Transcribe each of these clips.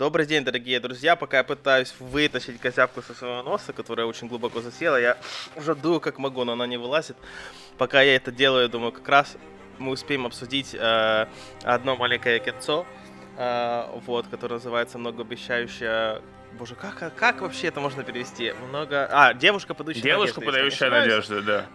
Добрый день, дорогие друзья. Пока я пытаюсь вытащить козявку со своего носа, которая очень глубоко засела, я уже дую как могу, но она не вылазит. Пока я это делаю, думаю, как раз мы успеем обсудить одно маленькое кинцо, которое называется «Многообещающее». Боже, как вообще это можно перевести? Девушка, подающая надежды. Девушка, подающая надежды, да.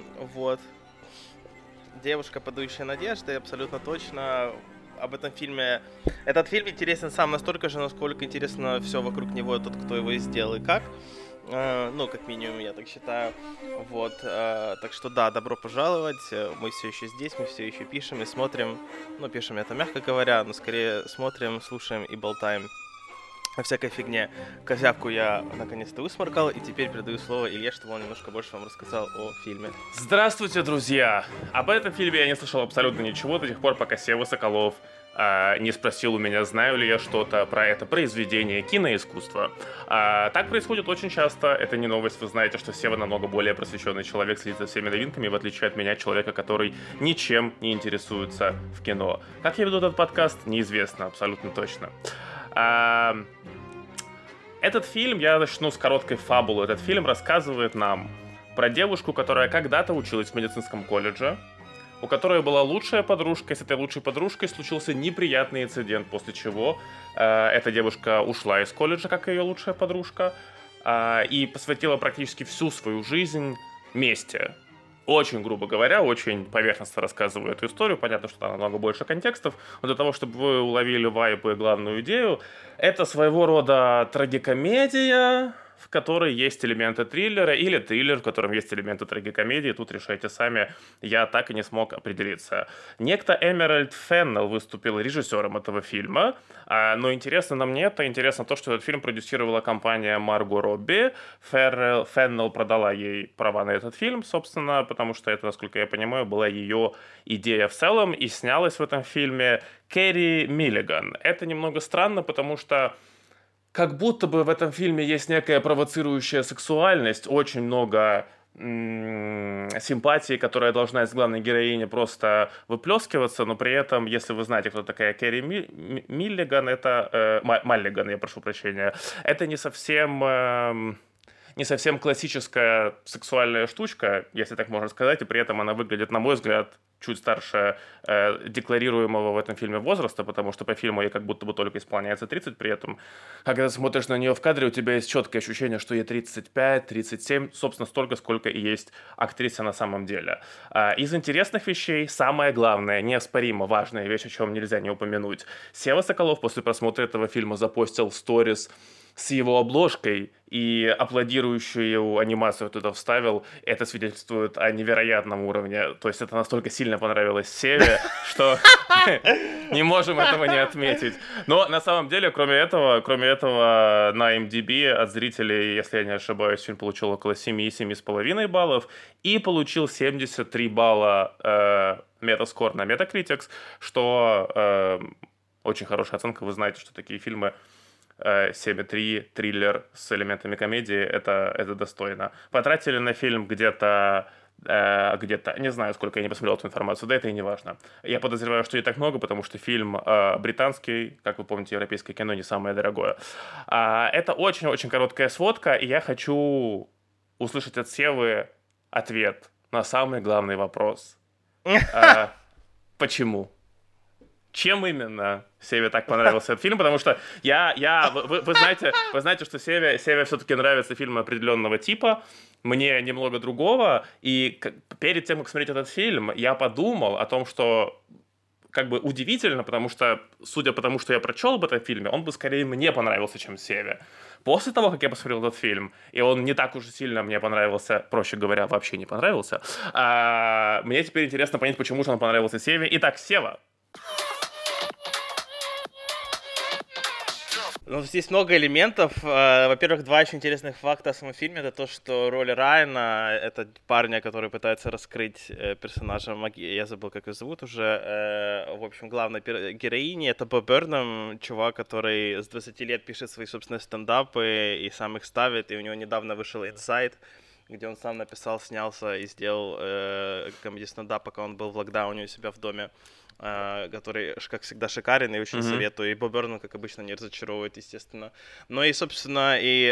Девушка, подающая надежды, абсолютно точно. Об этом фильме. Этот фильм интересен сам настолько же, насколько интересно все вокруг него, тот, кто его и сделал, и как. Как минимум, я так считаю. Так что да, добро пожаловать. Мы все еще здесь, мы все еще пишем и смотрим. Пишем это мягко говоря, но скорее смотрим, слушаем и болтаем о всякой фигне. Козявку я наконец-то высморкал, и теперь передаю слово Илье, чтобы он немножко больше вам рассказал о фильме. Здравствуйте, друзья! Об этом фильме я не слышал абсолютно ничего до тех пор, пока Сева Соколов не спросил у меня, знаю ли я что-то про это произведение киноискусства. Так происходит очень часто, это не новость, вы знаете, что Сева намного более просвещенный человек, следит за всеми новинками, в отличие от меня, человека, который ничем не интересуется в кино. Как я веду этот подкаст, неизвестно, абсолютно точно. Этот фильм, я начну с короткой фабулы. Этот фильм рассказывает нам про девушку, которая когда-то училась в медицинском колледже, у которой была лучшая подружка, и с этой лучшей подружкой случился неприятный инцидент, после чего эта девушка ушла из колледжа, как и ее лучшая подружка, и посвятила практически всю свою жизнь мести. Очень грубо говоря, очень поверхностно рассказываю эту историю. Понятно, что там намного больше контекстов. Но для того, чтобы вы уловили вайб и главную идею, это своего рода трагикомедия, в которой есть элементы триллера, или триллер, в котором есть элементы трагикомедии. Тут решайте сами, я так и не смог определиться. Некто Эмеральд Феннелл выступил режиссером этого фильма, но интересно нам не это, интересно то, что этот фильм продюсировала компания Марго Робби. Феннелл продала ей права на этот фильм, собственно, потому что это, насколько я понимаю, была ее идея в целом, и снялась в этом фильме Кэрри Миллиган. Это немного странно, потому что как будто бы в этом фильме есть некая провоцирующая сексуальность, очень много симпатии, которая должна из главной героини просто выплескиваться, но при этом, если вы знаете, кто такая Кэрри Миллиган, это... Маллиган, я прошу прощения. Это не совсем классическая сексуальная штучка, если так можно сказать, и при этом она выглядит, на мой взгляд, чуть старше декларируемого в этом фильме возраста, потому что по фильму ей как будто бы только исполняется 30, при этом, когда ты смотришь на нее в кадре, у тебя есть четкое ощущение, что ей 35-37, собственно, столько, сколько и есть актриса на самом деле. Из интересных вещей, самое главное, неоспоримо важная вещь, о чем нельзя не упомянуть. Сева Соколов после просмотра этого фильма запостил сторис с его обложкой и аплодирующую анимацию туда вставил. Это свидетельствует о невероятном уровне. То есть это настолько сильно понравилось Севе, что не можем этого не отметить. Но на самом деле, кроме этого, на IMDb от зрителей, если я не ошибаюсь, фильм получил около 7,5 баллов и получил 73 балла Metascore на Metacritics, что очень хорошая оценка. Вы знаете, что такие фильмы 7,3, триллер с элементами комедии, это достойно. Потратили на фильм где-то, не знаю, сколько, я не посмотрел эту информацию, да это и не важно. Я подозреваю, что не так много, потому что фильм британский, как вы помните, европейское кино не самое дорогое. Это очень-очень короткая сводка, и я хочу услышать от Севы ответ на самый главный вопрос. Почему? Чем именно Севе так понравился этот фильм? Потому что вы знаете, что Севе все-таки нравятся фильмы определенного типа, мне немного другого, и перед тем, как смотреть этот фильм, я подумал о том, что как бы удивительно, потому что, судя по тому, что я прочел об этом фильме, он бы скорее мне понравился, чем Севе. После того, как я посмотрел этот фильм, и он не так уж и сильно мне понравился, проще говоря, вообще не понравился, мне теперь интересно понять, почему же он понравился Севе. Итак, Сева. Здесь много элементов. Во-первых, два очень интересных факта о самом фильме. Это то, что роль Райана, это парня, который пытается раскрыть персонажа, я забыл, как его зовут уже, в общем, главной героини, это Боб Бернам, чувак, который с 20 лет пишет свои собственные стендапы и сам их ставит, и у него недавно вышел Inside, где он сам написал, снялся и сделал комедий-стендап, пока он был в локдауне у себя в доме. который, как всегда, шикарен и очень советую. И Боб Бёрнам, как обычно, не разочаровывает, естественно. Ну и, собственно,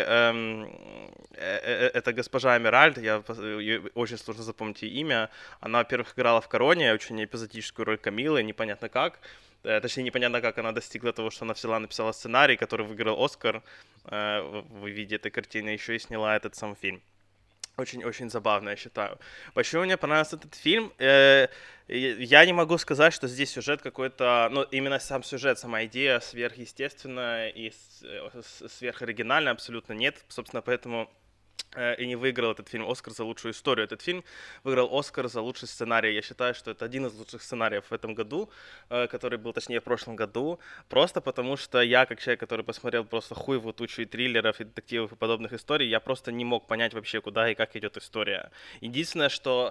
эта госпожа Эмеральд, очень сложно запомнить ее имя. Она, во-первых, играла в «Короне», очень эпизодическую роль Камилы, непонятно как. Точнее, непонятно, как она достигла того, что она взяла, написала сценарий, который выиграл «Оскар» в виде этой картины, еще и сняла этот сам фильм. Очень-очень забавно, я считаю. Почему мне понравился этот фильм? Я не могу сказать, что здесь сюжет какой-то... Ну, именно сам сюжет, сама идея сверхъестественная и сверхоригинальная абсолютно нет. Собственно, поэтому и не выиграл этот фильм «Оскар» за лучшую историю. Этот фильм выиграл «Оскар» за лучший сценарий. Я считаю, что это один из лучших сценариев в этом году, который был, точнее, в прошлом году. Просто потому, что я, как человек, который посмотрел просто хуевую тучу и триллеров, и детективов, и подобных историй, я просто не мог понять вообще, куда и как идет история. Единственное, что,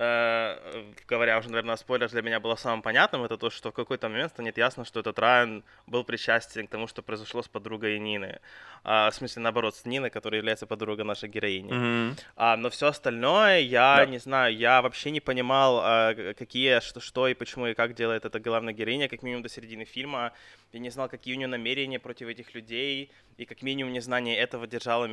говоря уже, наверное, о спойлерах, для меня было самым понятным, это то, что в какой-то момент станет ясно, что этот Райан был причастен к тому, что произошло с подругой Нины. В смысле, наоборот, с Ниной, которая является подругой нашей героини. Но все остальное, я не знаю, я вообще не понимал, какие, что и почему и как делает эта главная героиня, как минимум до середины фильма. Я не знал, какие у нее намерения против этих людей, и как минимум незнание этого держало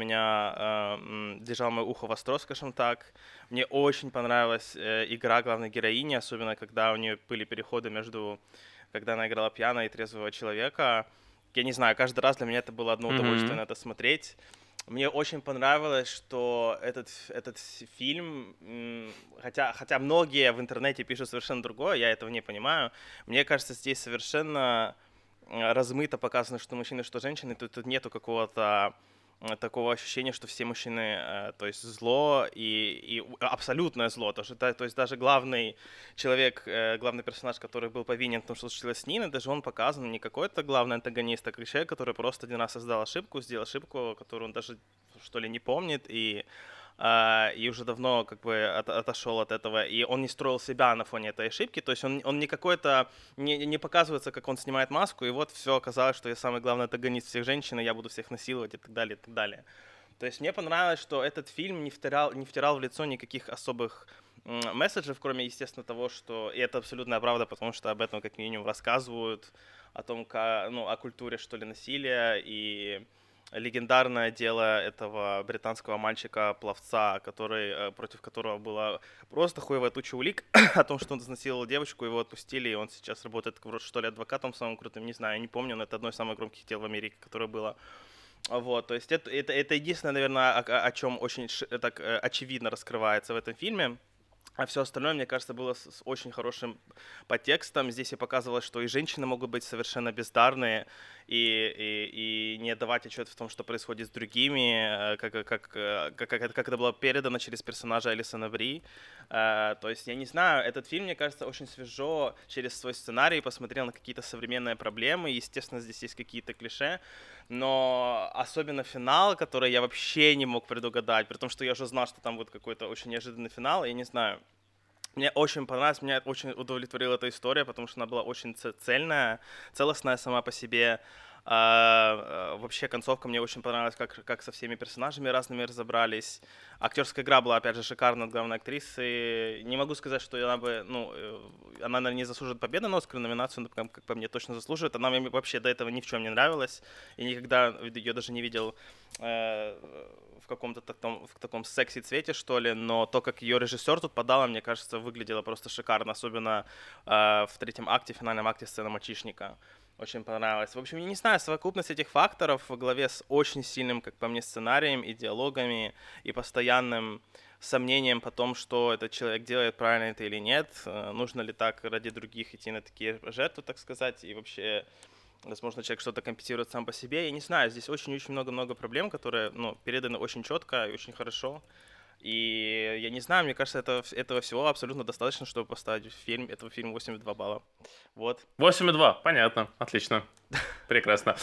мое ухо востро, скажем так. Мне очень понравилась игра главной героини, особенно когда у нее были переходы между, когда она играла пьяного и трезвого человека. Я не знаю, каждый раз для меня это было одно удовольствие на это смотреть. Мне очень понравилось, что этот фильм, хотя многие в интернете пишут совершенно другое, я этого не понимаю. Мне кажется, здесь совершенно размыто показано, что мужчины, что женщины. Тут нету какого-то такого ощущения, что все мужчины, то есть зло и абсолютное зло. То есть даже главный человек, главный персонаж, который был повинен в том, что случилось с Ниной, даже он показан не какой-то главный антагонист, а как человек, который просто один раз сделал ошибку, которую он даже, что ли, не помнит, и уже давно как бы отошел от этого, и он не строил себя на фоне этой ошибки, то есть он не какой-то, не показывается, как он снимает маску, и вот все оказалось, что я самый главный антагонист всех женщин, и я буду всех насиловать и так далее, и так далее. То есть мне понравилось, что этот фильм не втирал в лицо никаких особых месседжев, кроме, естественно, того, что, и это абсолютная правда, потому что об этом как минимум рассказывают, о том, о культуре, что ли, насилия, и легендарное дело этого британского мальчика-пловца, против которого была просто хуевая туча улик о том, что он изнасиловал девочку, его отпустили, и он сейчас работает, что ли, адвокатом самым крутым, не знаю, не помню, но это одно из самых громких дел в Америке, которое было. Вот, то есть это единственное, наверное, о чем очень так очевидно раскрывается в этом фильме. А все остальное, мне кажется, было с очень хорошим подтекстом. Здесь и показывалось, что и женщины могут быть совершенно бездарные и не отдавать отчет в том, что происходит с другими, как это было передано через персонажа Алисона Бри. То есть, я не знаю, этот фильм, мне кажется, очень свежо через свой сценарий посмотрел на какие-то современные проблемы. Естественно, здесь есть какие-то клише, но особенно финал, который я вообще не мог предугадать, при том, что я уже знал, что там будет какой-то очень неожиданный финал, я не знаю. Мне очень понравилось, меня очень удовлетворила эта история, потому что она была очень цельная, целостная сама по себе. Вообще концовка мне очень понравилась, как со всеми персонажами разными разобрались. Актерская игра была, опять же, шикарна от главной актрисы. Не могу сказать, что она, наверное, не заслуживает победы на Оскар номинацию, но, как по мне, точно заслуживает. Она мне вообще до этого ни в чем не нравилась. И никогда ее даже не видел в каком-то в таком секси-цвете, что ли. Но то, как ее режиссер тут подала, мне кажется, выглядело просто шикарно. Особенно в третьем акте, финальном акте сцена мальчишника. Очень понравилось. В общем, я не знаю, совокупность этих факторов во главе с очень сильным, как по мне, сценарием и диалогами, и постоянным сомнением по том, что этот человек делает, правильно это или нет, нужно ли так ради других идти на такие жертвы, так сказать, и вообще, возможно, человек что-то компенсирует сам по себе. Я не знаю, здесь очень-очень много проблем, которые, переданы очень четко и очень хорошо. И я не знаю, мне кажется, этого всего абсолютно достаточно, чтобы поставить этому фильму 8,2 балла. Вот. 8,2, понятно, отлично. Прекрасно.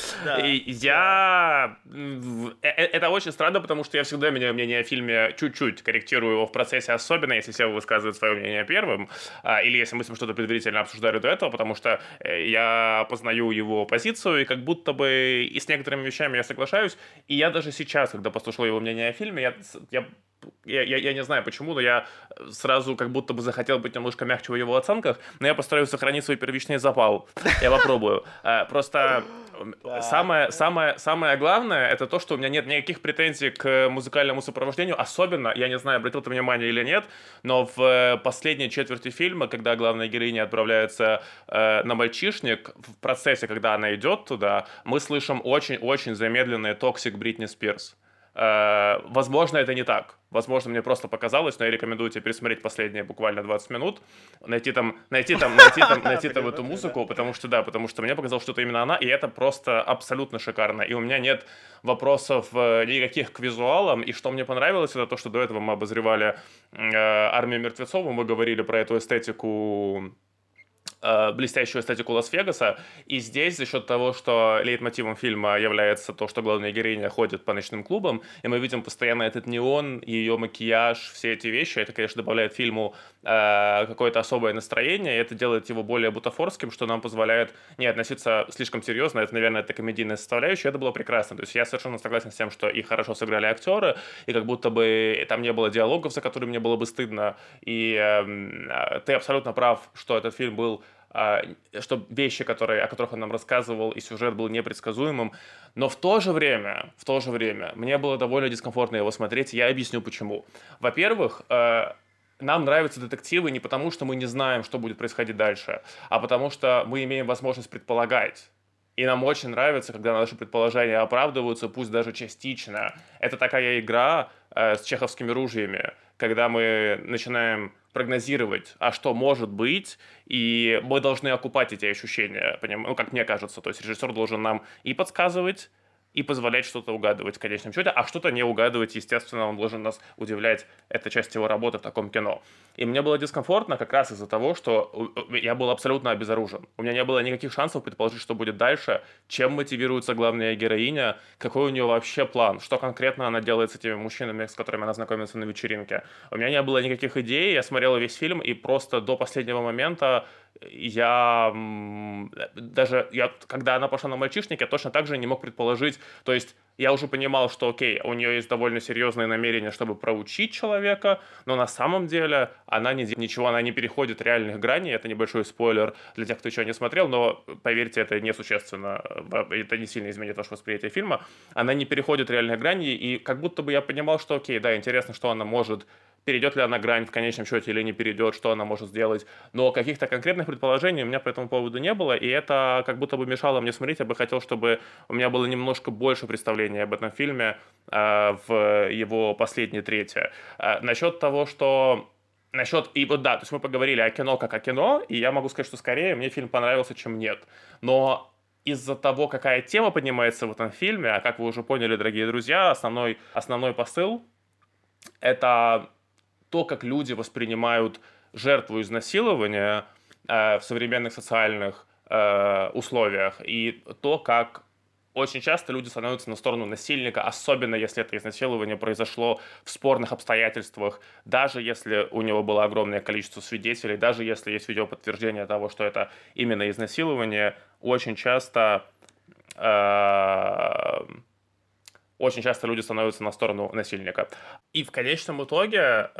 Это очень странно, потому что я всегда меняю мнение о фильме, чуть-чуть корректирую его в процессе, особенно если Сева высказывает свое мнение первым, или если мы с ним что-то предварительно обсуждали до этого, потому что я познаю его позицию, и как будто бы и с некоторыми вещами я соглашаюсь, и я даже сейчас, когда послушал его мнение о фильме, я я не знаю почему, но я сразу как будто бы захотел быть немножко мягче в его оценках, но я постараюсь сохранить свой первичный запал. Я попробую. Просто Так. самое главное, это то, что у меня нет никаких претензий к музыкальному сопровождению, особенно, я не знаю, обратил ты внимание или нет, но в последней четверти фильма, когда главная героиня отправляется на мальчишник, в процессе, когда она идет туда, мы слышим очень-очень замедленный токсик Бритни Спирс. Возможно, это не так. Возможно, мне просто показалось, но я рекомендую тебе пересмотреть последние буквально 20 минут, найти там эту Пересмотрю, да. музыку, потому что мне показалось, что это именно она, и это просто абсолютно шикарно. И у меня нет вопросов никаких к визуалам, и что мне понравилось, это то, что до этого мы обозревали «Армию мертвецов», и мы говорили про эту эстетику, блестящую эстетику Лас-Вегаса. И здесь за счет того, что лейтмотивом фильма является то, что главная героиня ходит по ночным клубам, и мы видим постоянно этот неон, ее макияж, все эти вещи, это, конечно, добавляет фильму какое-то особое настроение, и это делает его более бутафорским, что нам позволяет не относиться слишком серьезно. Это, наверное, это комедийная составляющая, это было прекрасно. То есть я совершенно согласен с тем, что и хорошо сыграли актеры, и как будто бы там не было диалогов, за которые мне было бы стыдно. И ты абсолютно прав, что этот фильм был что вещи, о которых он нам рассказывал, и сюжет был непредсказуемым, но в то же время, мне было довольно дискомфортно его смотреть, и я объясню почему. Во-первых, нам нравятся детективы не потому, что мы не знаем, что будет происходить дальше, а потому что мы имеем возможность предполагать. И нам очень нравится, когда наши предположения оправдываются, пусть даже частично. Это такая игра с чеховскими ружьями, когда мы начинаем прогнозировать, а что может быть, и мы должны окупать эти ощущения, ну, как мне кажется. То есть режиссер должен нам и подсказывать, и позволять что-то угадывать в конечном счете, а что-то не угадывать, естественно, он должен нас удивлять. Это часть его работы в таком кино. И мне было дискомфортно как раз из-за того, что я был абсолютно обезоружен. У меня не было никаких шансов предположить, что будет дальше, чем мотивируется главная героиня, какой у нее вообще план, что конкретно она делает с этими мужчинами, с которыми она знакомится на вечеринке. У меня не было никаких идей, я смотрел весь фильм, и просто до последнего момента когда она пошла на мальчишник, я точно так же не мог предположить, то есть я уже понимал, что окей, у нее есть довольно серьезные намерения, чтобы проучить человека, но на самом деле она не делает ничего, она не переходит реальных граней, это небольшой спойлер для тех, кто еще не смотрел, но поверьте, это несущественно, это не сильно изменит ваше восприятие фильма, она не переходит реальных граней, и как будто бы я понимал, что окей, да, интересно, что она может, перейдет ли она грань в конечном счете или не перейдет, что она может сделать. Но каких-то конкретных предположений у меня по этому поводу не было, и это как будто бы мешало мне смотреть. Я бы хотел, чтобы у меня было немножко больше представления об этом фильме в его последней трети. Насчет того, что... И вот да, то есть мы поговорили о кино как о кино, и я могу сказать, что скорее мне фильм понравился, чем нет. Но из-за того, какая тема поднимается в этом фильме, а как вы уже поняли, дорогие друзья, основной посыл — это то, как люди воспринимают жертву изнасилования в современных социальных условиях, и то, как очень часто люди становятся на сторону насильника, особенно если это изнасилование произошло в спорных обстоятельствах, даже если у него было огромное количество свидетелей, даже если есть видеоподтверждение того, что это именно изнасилование, очень часто люди становятся на сторону насильника. И в конечном итоге,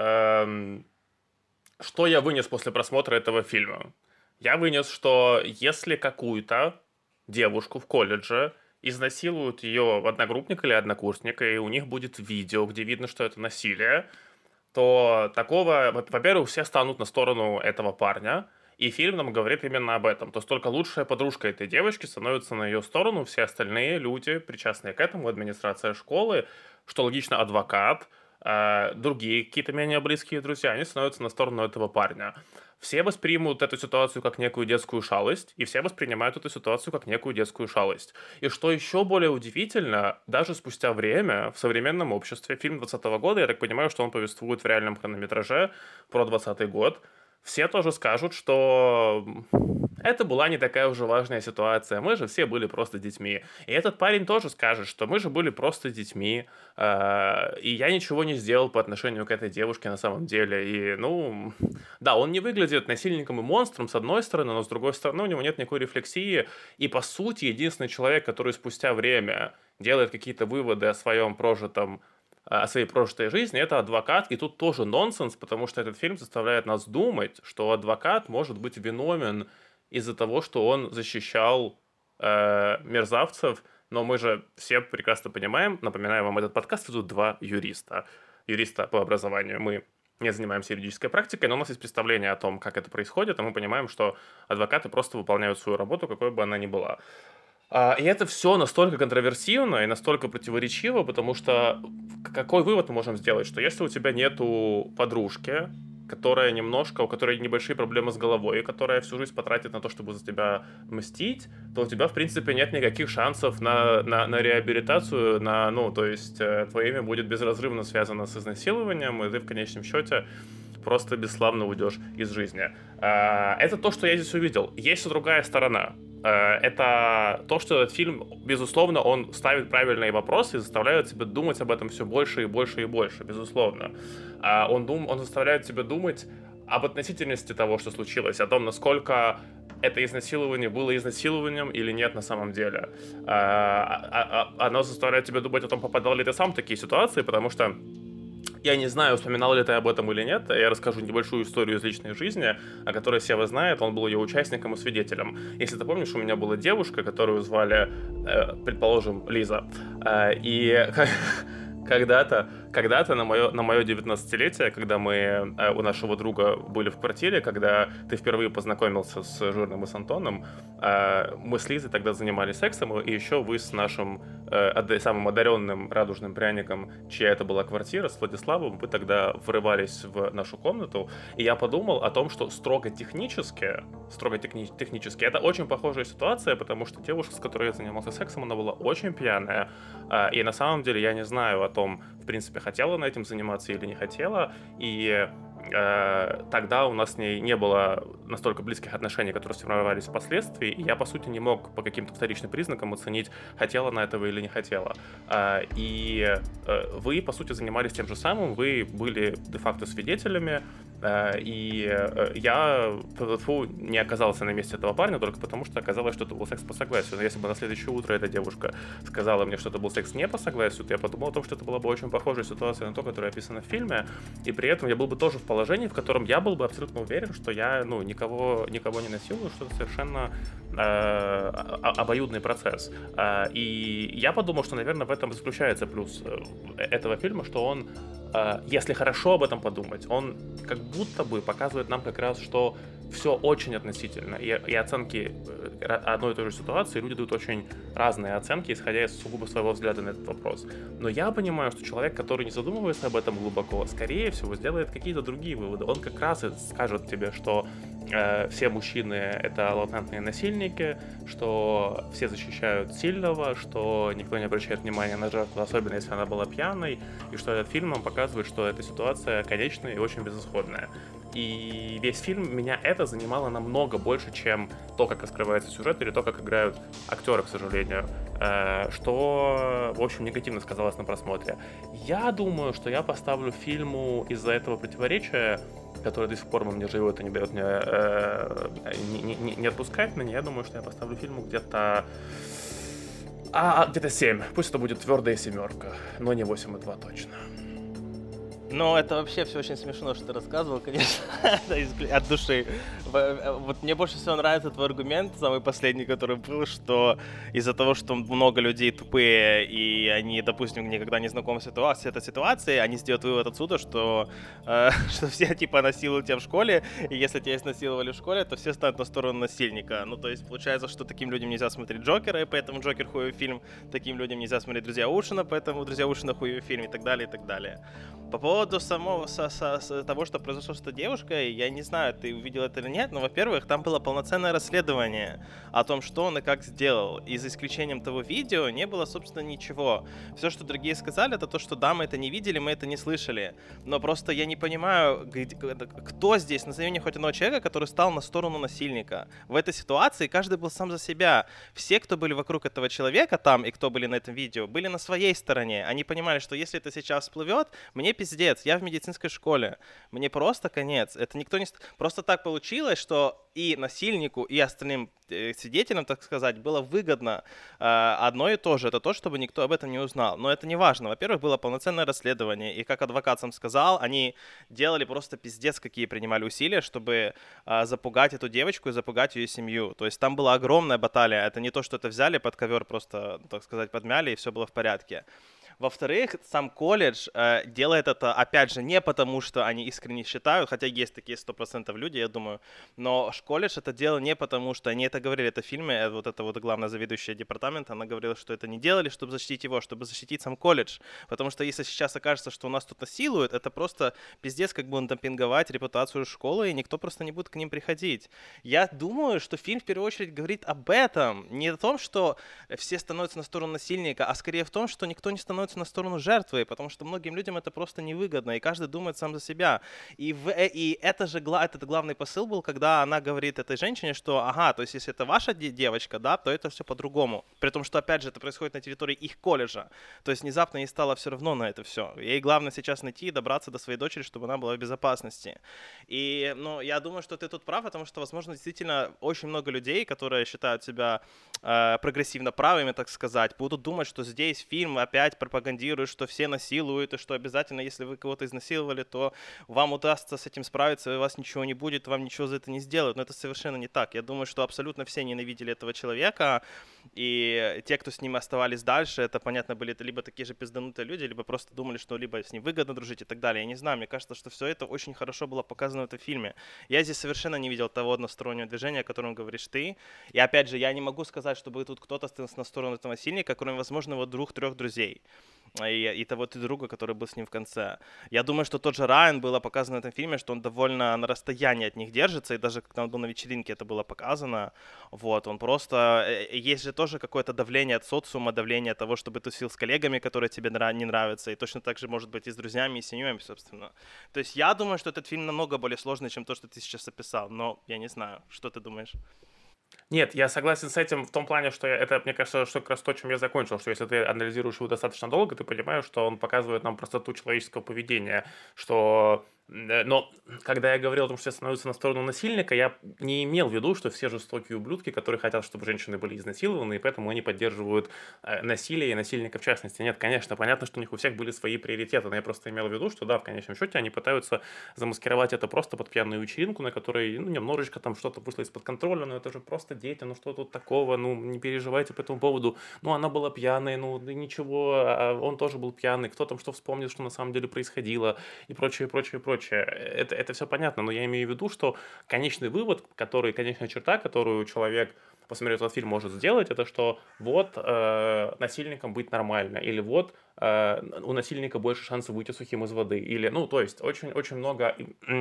что я вынес после просмотра этого фильма? Я вынес, что если какую-то девушку в колледже изнасилуют ее одногруппник или однокурсник, и у них будет видео, где видно, что это насилие, то такого, во-первых, все станут на сторону этого парня, и фильм нам говорит именно об этом. То есть только лучшая подружка этой девочки становится на ее сторону, все остальные люди, причастные к этому, администрация школы, что логично, адвокат, другие какие-то менее близкие друзья, они становятся на сторону этого парня. Все воспримут эту ситуацию как некую детскую шалость, и все воспринимают эту ситуацию как некую детскую шалость. И что еще более удивительно, даже спустя время в современном обществе, фильм 2020 года, я так понимаю, что он повествует в реальном хронометраже про 2020 год, все тоже скажут, что это была не такая уже важная ситуация, мы же все были просто детьми. И этот парень тоже скажет, что мы же были просто детьми, и я ничего не сделал по отношению к этой девушке на самом деле. И, да, он не выглядит насильником и монстром, с одной стороны, но с другой стороны у него нет никакой рефлексии. И, по сути, единственный человек, который спустя время делает какие-то выводы о своем прожитом о своей прожитой жизни, это адвокат, и тут тоже нонсенс, потому что этот фильм заставляет нас думать, что адвокат может быть виновен из-за того, что он защищал мерзавцев, но мы же все прекрасно понимаем, напоминаю вам, этот подкаст ведут два юриста по образованию. Мы не занимаемся юридической практикой, но у нас есть представление о том, как это происходит, и мы понимаем, что адвокаты просто выполняют свою работу, какой бы она ни была. И это все настолько контроверсивно и настолько противоречиво, потому что какой вывод мы можем сделать? Что если у тебя нету подружки, у которой небольшие проблемы с головой, и которая всю жизнь потратит на то, чтобы за тебя мстить, то у тебя, в принципе, нет никаких шансов на реабилитацию, то есть твое имя будет безразрывно связано с изнасилованием, и ты в конечном счете просто бесславно уйдешь из жизни. Это то, что я здесь увидел. Есть и другая сторона. Это то, что этот фильм, безусловно, он ставит правильные вопросы и заставляет тебя думать об этом все больше и больше и больше, безусловно. Он заставляет тебя думать об относительности того, что случилось, о том, насколько это изнасилование было изнасилованием или нет на самом деле. Оно заставляет тебя думать о том, попадал ли ты сам в такие ситуации, потому что я не знаю, вспоминал ли ты об этом или нет. Я расскажу небольшую историю из личной жизни, о которой Сева знает. Он был ее участником и свидетелем. Если ты помнишь, у меня была девушка, которую звали, предположим, Лиза. И когда-то на мое 19-летие, когда мы у нашего друга были в квартире, когда ты впервые познакомился с Жирным и с Антоном, мы с Лизой тогда занимались сексом, и еще вы с нашим самым одаренным радужным пряником, чья это была квартира, с Владиславом, вы тогда врывались в нашу комнату, и я подумал о том, что строго технически, это очень похожая ситуация, потому что девушка, с которой я занимался сексом, она была очень пьяная, и на самом деле я не знаю о том, в принципе, хотела она этим заниматься или не хотела, и тогда у нас с ней не было настолько близких отношений, которые сформировались впоследствии, и я, по сути, не мог по каким-то вторичным признакам оценить, хотела она этого или не хотела. И вы, по сути, занимались тем же самым, вы были де-факто свидетелями, и я не оказался на месте этого парня только потому, что оказалось, что это был секс по согласию. Но если бы на следующее утро эта девушка сказала мне, что это был секс не по согласию, то я подумал о том, что это была бы очень похожая ситуация на то, которая описана в фильме, и при этом я был бы тоже в положении, в котором я был бы абсолютно уверен, что я никого не насилую, что это совершенно обоюдный процесс. И я подумал, что, наверное, в этом заключается плюс этого фильма, что он, если хорошо об этом подумать, он как будто бы показывает нам как раз, что все очень относительно, и оценки одной и той же ситуации люди дают очень разные оценки, исходя из сугубо своего взгляда на этот вопрос. Но я понимаю, что человек, который не задумывается об этом глубоко, скорее всего, сделает какие-то другие выводы. Он как раз и скажет тебе, что все мужчины — это латентные насильники, что все защищают сильного, что никто не обращает внимания на жертву, особенно если она была пьяной, и что этот фильм нам показывает, что эта ситуация конечная и очень безысходная. И весь фильм меня это занимало намного больше, чем то, как раскрывается сюжет или то, как играют актеры, к сожалению, что, в общем, негативно сказалось на просмотре. Я думаю, что я поставлю фильму из-за этого противоречия, которое до сих пор во мне живет и не дает мне не отпускать меня, я думаю, что я поставлю фильму где-то 7. Пусть это будет твердая 7, но не 8,2 точно. Ну, это вообще все очень смешно, что ты рассказывал, конечно, от души. Вот мне больше всего нравится твой аргумент, самый последний, который был, что из-за того, что много людей тупые, и они, допустим, никогда не знакомы с этой ситуацией, они сделают вывод отсюда, что все, типа, насилуют тебя в школе, и если тебя изнасиловали в школе, то все станут на сторону насильника. Ну, то есть, получается, что таким людям нельзя смотреть Джокера, и поэтому Джокер хуевый фильм, таким людям нельзя смотреть Друзья Оушена, поэтому Друзья Оушена хуевый фильм, и так далее, и так далее. По поводу самого того, что произошло с этой девушкой, я не знаю, ты увидел это или нет, но, во-первых, там было полноценное расследование о том, что он и как сделал. И за исключением того видео не было, собственно, ничего. Все, что другие сказали, это то, что да, мы это не видели, мы это не слышали. Но просто я не понимаю, кто здесь, назови мне хоть одного человека, который стал на сторону насильника. В этой ситуации каждый был сам за себя. Все, кто были вокруг этого человека там и кто были на этом видео, были на своей стороне. Они понимали, что если это сейчас всплывет, мне пиздец. пиздец, я в медицинской школе, мне просто конец. Это никто не... Просто так получилось, что и насильнику, и остальным свидетелям, так сказать, было выгодно одно и то же. Это то, чтобы никто об этом не узнал. Но это не важно. Во-первых, было полноценное расследование, и как адвокат сам сказал, они делали просто пиздец, какие принимали усилия, чтобы запугать эту девочку и запугать ее семью. То есть там была огромная баталия. Это не то, что это взяли под ковер, просто, так сказать, подмяли, и все было в порядке. Во-вторых, сам колледж делает это, опять же, не потому, что они искренне считают, хотя есть такие 100% люди, я думаю, но колледж это делал не потому, что они это говорили, это в фильме, вот эта вот главная заведующая департамента, она говорила, что это не делали, чтобы защитить его, чтобы защитить сам колледж, потому что если сейчас окажется, что у нас тут насилуют, это просто пиздец, как будем демпинговать репутацию школы, и никто просто не будет к ним приходить. Я думаю, что фильм в первую очередь говорит об этом, не о том, что все становятся на сторону насильника, а скорее в том, что никто не становится на сторону жертвы, потому что многим людям это просто невыгодно, и каждый думает сам за себя. И это же этот главный посыл был, когда она говорит этой женщине, что, ага, то есть если это ваша девочка, да, то это все по-другому. При том, что, опять же, это происходит на территории их колледжа. То есть внезапно ей стало все равно на это все. Ей главное сейчас найти и добраться до своей дочери, чтобы она была в безопасности. И, ну, я думаю, что ты тут прав, потому что, возможно, действительно очень много людей, которые считают себя прогрессивно правыми, так сказать, будут думать, что здесь фильм опять пропагандирует, что все насилуют, и что обязательно, если вы кого-то изнасиловали, то вам удастся с этим справиться, и у вас ничего не будет, вам ничего за это не сделают. Но это совершенно не так. Я думаю, что абсолютно все ненавидели этого человека, и те, кто с ним оставались дальше, это, понятно, были либо такие же пизданутые люди, либо просто думали, что либо с ним выгодно дружить и так далее. Я не знаю, мне кажется, что все это очень хорошо было показано в этом фильме. Я здесь совершенно не видел того одностороннего движения, о котором говоришь ты. И опять же, я не могу сказать, чтобы тут кто-то остался на сторону этого насильника, кроме, возможно, его 2-3 друзей. И того друга, который был с ним в конце. Я думаю, что тот же Райан, было показано в этом фильме, что он довольно на расстоянии от них держится, и даже когда он был на вечеринке, это было показано. Вот, он просто... Есть же тоже какое-то давление от социума, давление от того, чтобы тусил с коллегами, которые тебе не нравятся, и точно так же, может быть, и с друзьями, и с семьями, собственно. То есть я думаю, что этот фильм намного более сложный, чем то, что ты сейчас описал, но я не знаю, что ты думаешь? Нет, я согласен с этим в том плане, что это, мне кажется, что как раз то, чем я закончил, что если ты анализируешь его достаточно долго, ты понимаешь, что он показывает нам простоту человеческого поведения, что... Но когда я говорил о том, что все становятся на сторону насильника, я не имел в виду, что все жестокие ублюдки, которые хотят, чтобы женщины были изнасилованы, и поэтому они поддерживают насилие и насильника в частности. Нет, конечно, понятно, что у них у всех были свои приоритеты, но я просто имел в виду, что да, в конечном счете они пытаются замаскировать это просто под пьяную вечеринку, на которой немножечко там что-то вышло из-под контроля, но это же просто дети, ну что тут такого, ну не переживайте по этому поводу, ну она была пьяной, ну да ничего, он тоже был пьяный, кто там что вспомнит, что на самом деле происходило, и прочее, прочее, прочее. Это все понятно, но я имею в виду, что конечный вывод, конечная черта, которую человек, посмотрев этот фильм, может сделать, это что вот насильникам быть нормально, или вот у насильника больше шансов выйти сухим из воды, или, ну, то есть очень много...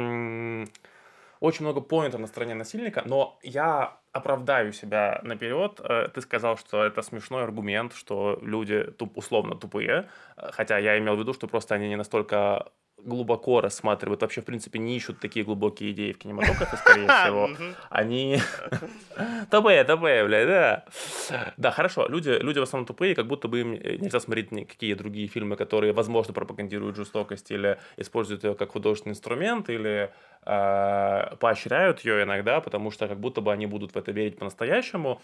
Очень много поинтов на стороне насильника, но я оправдаю себя наперед. Ты сказал, что это смешной аргумент, что люди условно тупые, хотя я имел в виду, что просто они не настолько глубоко рассматривают, вообще, в принципе, не ищут такие глубокие идеи в кинематографе, скорее всего. Они... Тупые, блядь, да. Да, хорошо, люди в основном тупые, как будто бы им нельзя смотреть никакие другие фильмы, которые, возможно, пропагандируют жестокость или используют ее как художественный инструмент, или поощряют ее иногда, потому что как будто бы они будут в это верить по-настоящему.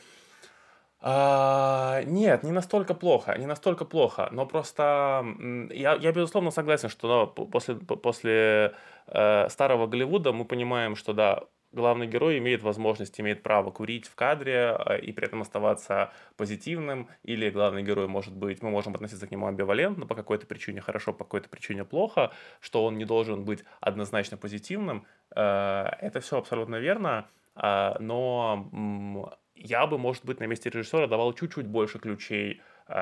Нет, не настолько плохо, но просто я безусловно согласен, что после старого Голливуда мы понимаем, что да, главный герой имеет возможность, имеет право курить в кадре и при этом оставаться позитивным, или главный герой может быть, мы можем относиться к нему амбивалентно, по какой-то причине хорошо, по какой-то причине плохо, что он не должен быть однозначно позитивным, это все абсолютно верно, но я бы, может быть, на месте режиссера давал чуть-чуть больше ключей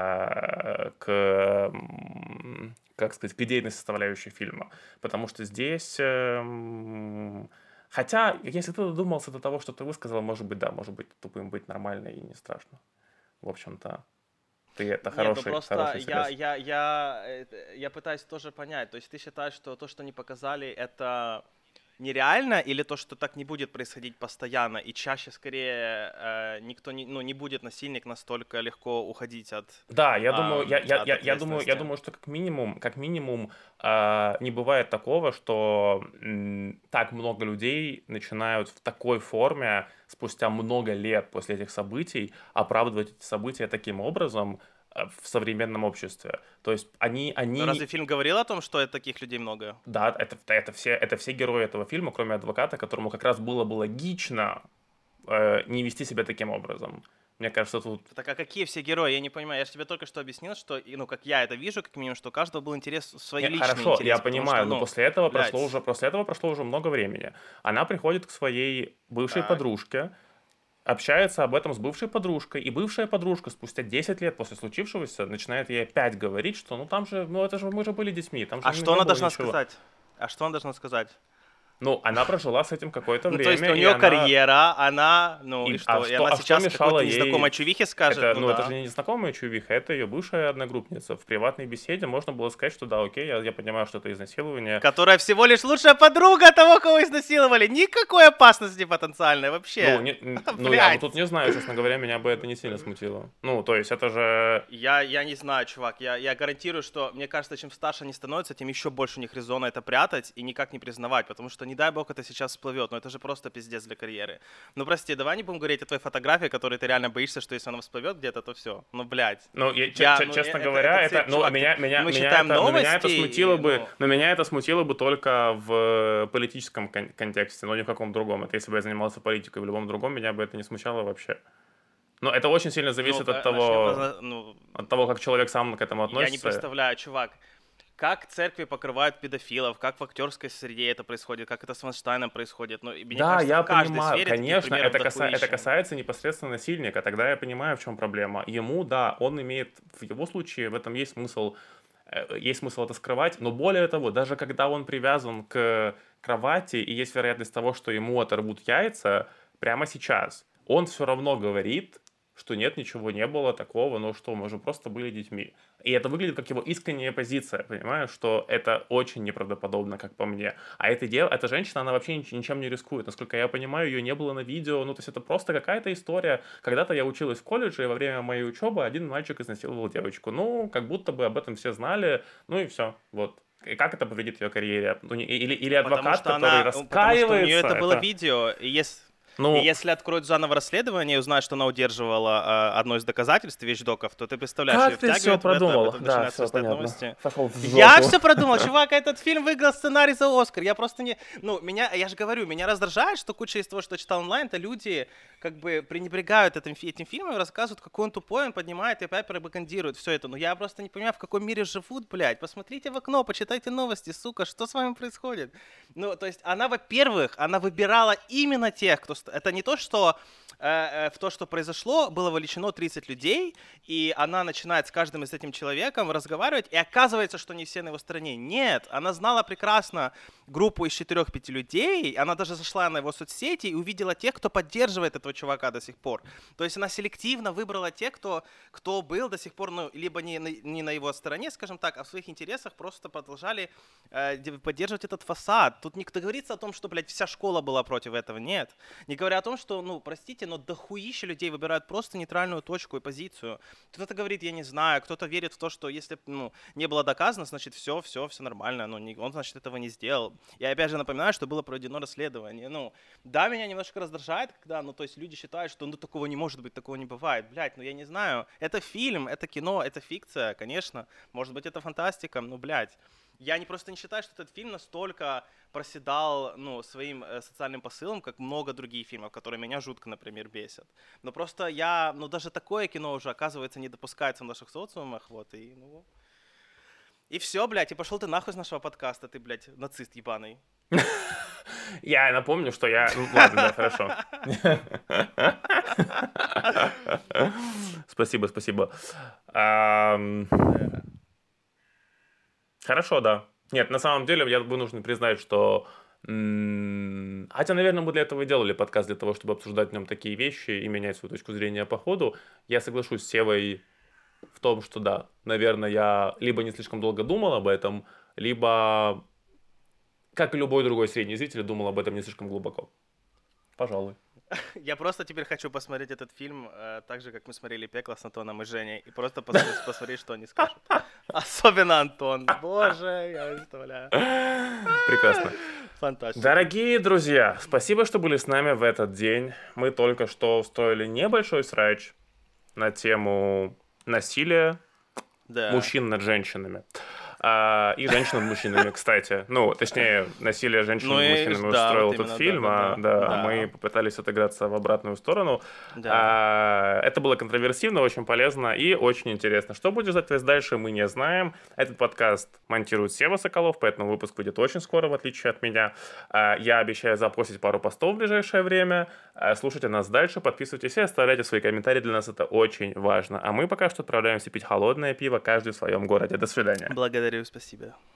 как сказать, к идейной составляющей фильма. Потому что здесь... Хотя, если ты додумался до того, что ты высказал, может быть, да, может быть, тупым быть нормально и не страшно. В общем-то, это Нет, ну хороший просто срез. я пытаюсь тоже понять. То есть ты считаешь, что то, что они показали, это нереально, или то, что так не будет происходить постоянно, и чаще, скорее, никто не будет насильник настолько легко уходить от, Да, я думаю, от я ответственности. думаю, что как минимум, не бывает такого, что так много людей начинают в такой форме спустя много лет после этих событий оправдывать эти события таким образом в современном обществе. То есть Но разве фильм говорил о том, что таких людей много? да, это все герои этого фильма, кроме адвоката, которому как раз было бы логично не вести себя таким образом. Мне кажется, тут Так а какие все герои? Я не понимаю. Я же тебе только что объяснил, что, ну, как я это вижу, как минимум, что у каждого был интерес, свой не, личный хорошо, я интерес, потому что, понимаю, но ну, блядь, после этого прошло уже много времени. Она приходит к своей бывшей так. подружке, общается об этом с бывшей подружкой, и бывшая подружка спустя 10 лет после случившегося начинает ей опять говорить, что ну там же, ну это же мы же были детьми, там же А не, что не она было должна ничего. сказать? А что она должна сказать? Ну, она прожила с этим какое-то Ну, то есть у время, и нее она... карьера, она, ну и что? И она А что сейчас мешало какой-то незнакомой ей... чувихе скажет, Это, ну ну, это же да. не незнакомая чувиха, это ее бывшая одногруппница. В приватной беседе можно было сказать, что да, окей, я понимаю, что это изнасилование. Которая всего лишь лучшая подруга того, кого изнасиловали. Никакой опасности потенциальной Ну, вообще. ну, я вот тут Блять. не знаю, честно говоря, меня бы это не сильно смутило. Ну, то есть это же... Я не знаю, чувак. Я гарантирую, что, мне кажется, чем старше они становятся, тем еще больше у них резона это прятать и никак не признавать. Потому что, не дай бог, это сейчас всплывет. Но это же просто пиздец для карьеры. Ну, прости, давай не будем говорить о твоей фотографии, которой ты реально боишься, что если она всплывет где-то, то все. Ну, блядь. Ну, честно говоря, Это это, цирк, ну, чувак. меня Мы читаем меня это новости, смутило и, бы, ну... но меня это смутило бы только в политическом контексте, но ни в каком другом. Это если бы я занимался политикой в любом другом, меня бы это не смущало вообще. Но это очень сильно Ну, зависит начнем, ну, от того, как человек сам к этому я не относится. представляю, чувак. Как церкви покрывают педофилов, как в актерской среде это происходит, как это с Вайнштейном происходит. Ну, и мне Да, кажется, я в каждой понимаю, сфере таких конечно, примеров это дохуища. касается непосредственно насильника, тогда я понимаю, в чем проблема. Ему, да, он имеет, в его случае в этом есть смысл это скрывать, но более того, даже когда он привязан к кровати и есть вероятность того, что ему оторвут яйца, прямо сейчас он все равно говорит, что нет, ничего не было такого, но что, мы же просто были детьми. И это выглядит как его искренняя позиция, понимаешь, что это очень неправдоподобно, как по мне. А эта женщина, она вообще ничем не рискует. Насколько я понимаю, ее не было на видео, ну то есть это просто какая-то история. Когда-то я училась в колледже, и во время моей учебы один мальчик изнасиловал девочку. Ну, как будто бы об этом все знали, ну и все, вот. И как это повредит ее карьере? Ну, или адвокат, который Потому что у нее раскаивается, это было это... видео, и Ну, если откроют заново расследование и узнают, что она удерживала одно из доказательств, вещдоков, то ты представляешь, ее как ты все втягивают в это, об продумал? этом Да, начинают все листать понятно. новости. Пошел в Я жопу. все продумал, чувак, этот фильм выиграл сценарий за Оскар. Я просто не... Ну, я же говорю, меня раздражает, что куча из того, что я читал онлайн, это люди как бы пренебрегают этим фильмом, рассказывают, какой он тупой, он поднимает и опять пропагандирует все это. Но я просто не понимаю, в каком мире живут, блядь. Посмотрите в окно, почитайте новости, сука, что с вами происходит? Ну, то есть она, во-первых, она выбирала именно тех, кто... Это не то, что в то, что произошло, было вовлечено 30 людей, и она начинает с каждым из этим человеком разговаривать, и оказывается, что не все на его стороне. Нет, она знала прекрасно группу из 4-5 людей, она даже зашла на его соцсети и увидела тех, кто поддерживает этого чувака до сих пор. То есть она селективно выбрала тех, кто был до сих пор, ну, либо не на его стороне, скажем так, а в своих интересах просто продолжали поддерживать этот фасад. Тут не говорится о том, что, блядь, вся школа была против этого, нет. Не говоря о том, что, ну, простите, но дохуища людей выбирают просто нейтральную точку и позицию. Кто-то говорит, я не знаю, кто-то верит в то, что если, ну, не было доказано, значит, все нормально, ну, он, значит, этого не сделал. Я опять же напоминаю, что было проведено расследование. Ну, да, меня немножко раздражает, когда, ну, то есть люди считают, что, ну, такого не может быть, такого не бывает. Блядь, ну, я не знаю, это фильм, это кино, это фикция, конечно, может быть, это фантастика, ну, блядь. Я просто не считаю, что этот фильм настолько проседал, ну, своим социальным посылом, как много других фильмов, которые меня жутко, например, бесят. Но просто ну, даже такое кино уже, оказывается, не допускается в наших социумах, вот, и, ну... И все, блядь, и пошел ты нахуй с нашего подкаста, ты, блядь, нацист ебаный. Я напомню, что я... Ну, ладно, да, хорошо. Спасибо. Хорошо, да. Нет, на самом деле, я вынужден признать, что... Хотя, наверное, мы для этого и делали подкаст, для того, чтобы обсуждать в нем такие вещи и менять свою точку зрения по ходу. Я соглашусь с Севой в том, что да, наверное, я либо не слишком долго думал об этом, либо как и любой другой средний зритель, думал об этом не слишком глубоко. Пожалуй. Я просто теперь хочу посмотреть этот фильм так же, как мы смотрели «Пекло» с Антоном и Женей, и просто посмотреть, что они скажут. Особенно Антон. Боже, я представляю. Прекрасно. Фантастика. Дорогие друзья, спасибо, что были с нами в этот день. Мы только что устроили небольшой срач на тему насилия мужчин над женщинами. И женщин над мужчинами, кстати. Ну, точнее, насилие женщин над мужчинами устроил этот фильм, а мы попытались отыграться в обратную сторону. Это было контроверсивно, очень полезно и очень интересно. Что будет ждать вас дальше, мы не знаем. Этот подкаст монтирует Сева Соколов, поэтому выпуск выйдет очень скоро, в отличие от меня. Я обещаю запостить пару постов в ближайшее время. Слушайте нас дальше, подписывайтесь и оставляйте свои комментарии, для нас это очень важно. А мы пока что отправляемся пить холодное пиво, каждый в своем городе. До свидания. Благодарю, спасибо.